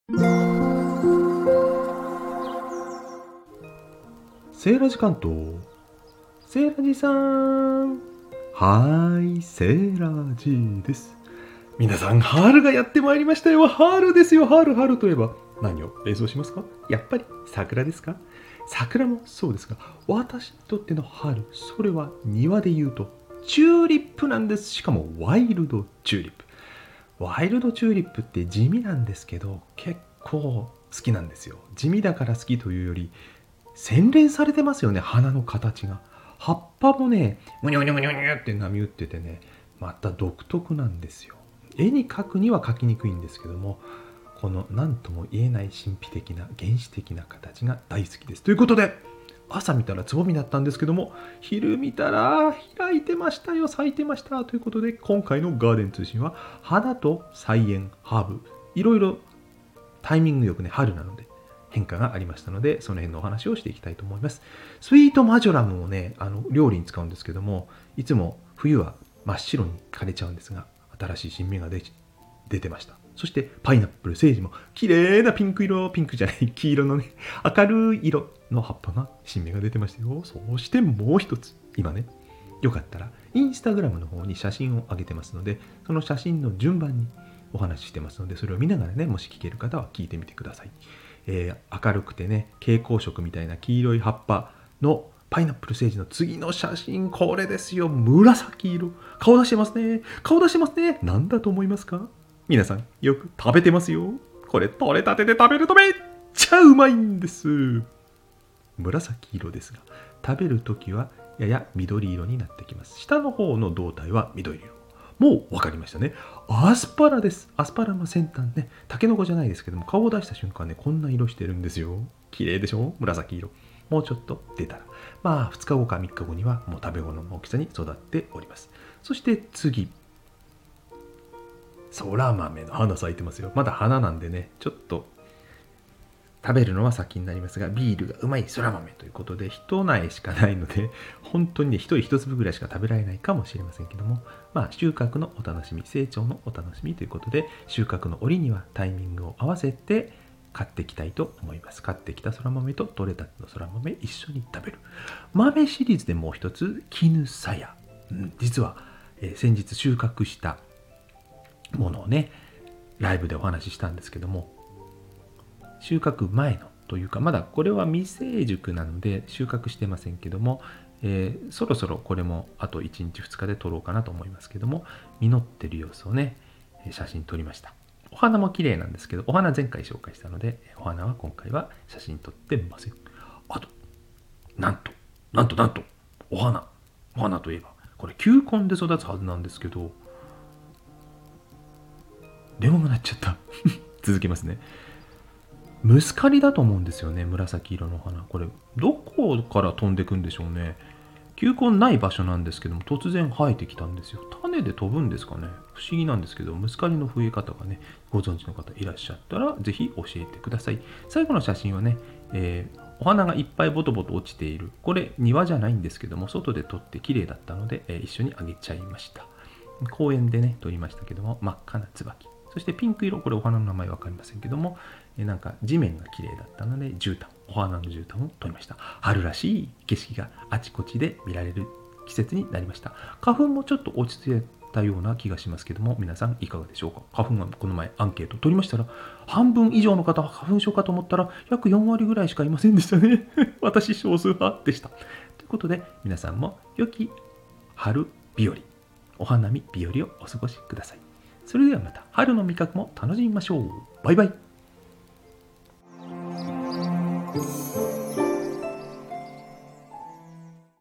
セーラジ関東。セーラジさん。はーい、セーラジです。皆さん、春がやってまいりましたよ。春ですよ。春といえば何を連想しますか？やっぱり桜ですか？桜もそうですが、私にとっての春、それは庭で言うとチューリップなんです。しかもワイルドチューリップ。ワイルドチューリップって地味なんですけど、結構好きなんですよ。地味だから好きというより、洗練されてますよね、花の形が。葉っぱもね、むにゅむにゅむにゅむにゅって波打っててね、また独特なんですよ。絵に描くには描きにくいんですけども、この何とも言えない神秘的な原始的な形が大好きです。ということで、朝見たらつぼみだったんですけども、昼見たら開いてましたよ、咲いてました。ということで、今回のガーデン通信は花と菜園、ハーブ、いろいろタイミングよくね、春なので変化がありましたので、その辺のお話をしていきたいと思います。スイートマジョラムをね、料理に使うんですけども、いつも冬は真っ白に枯れちゃうんですが、新しい新芽が出てました。そしてパイナップル、セージも綺麗なピンクじゃない、黄色のね、明るい色の葉っぱが新芽が出てましたよ。そしてもう一つ、今ね、よかったらインスタグラムの方に写真を上げてますので、その写真の順番にお話ししてますので、それを見ながらね、もし聞ける方は聞いてみてください。明るくてね、蛍光色みたいな黄色い葉っぱのパイナップルセージの次の写真、これですよ。紫色。顔出してますね。何だと思いますか？皆さん、よく食べてますよ。これ、取れたてで食べるとめっちゃうまいんです。紫色ですが、食べるときはやや緑色になってきます。下の方の胴体は緑色。もう分かりましたね。アスパラです。アスパラの先端ね、タケノコじゃないですけども、顔を出した瞬間ね、こんな色してるんですよ。綺麗でしょ？紫色。もうちょっと出たら。まあ、2日後か3日後にはもう食べ頃の大きさに育っております。そして次。そら豆の花咲いてますよ。まだ花なんでね、ちょっと食べるのは先になりますが、ビールがうまいそら豆ということで、一苗しかないので、本当にね、一人一粒ぐらいしか食べられないかもしれませんけども、まあ、収穫のお楽しみ、成長のお楽しみということで、収穫の折にはタイミングを合わせて買っていきたいと思います。買ってきたそら豆と採れたてのそら豆一緒に食べる。豆シリーズでもう一つ、絹さや。実は、先日収穫したものをね、ライブでお話ししたんですけども、収穫前のというか、まだこれは未成熟なので収穫してませんけども、そろそろこれもあと1日2日で撮ろうかなと思いますけども、実ってる様子をね、写真撮りました。お花も綺麗なんですけど、お花前回紹介したので、お花は今回は写真撮ってません。あと、なんと、お花といえば、これ球根で育つはずなんですけど、電話が鳴っちゃった。続けますね。ムスカリだと思うんですよね、紫色の花。これ、どこから飛んでくんでしょうね。球根ない場所なんですけども、突然生えてきたんですよ。種で飛ぶんですかね。不思議なんですけど、ムスカリの増え方がね、ご存知の方いらっしゃったら、ぜひ教えてください。最後の写真はね、お花がいっぱいボトボト落ちている。これ、庭じゃないんですけども、外で撮って綺麗だったので、一緒にあげちゃいました。公園でね、撮りましたけども、真っ赤な椿。そしてピンク色、これお花の名前わかりませんけども、なんか地面が綺麗だったので、お花の絨毯を撮りました。春らしい景色があちこちで見られる季節になりました。花粉もちょっと落ち着いたような気がしますけども、皆さんいかがでしょうか？花粉はこの前アンケート取りましたら、半分以上の方は花粉症かと思ったら、約4割ぐらいしかいませんでしたね。私少数派でした。ということで、皆さんも良き春日和、お花見日和をお過ごしください。それではまた春の味覚も楽しみましょう。バイバイ。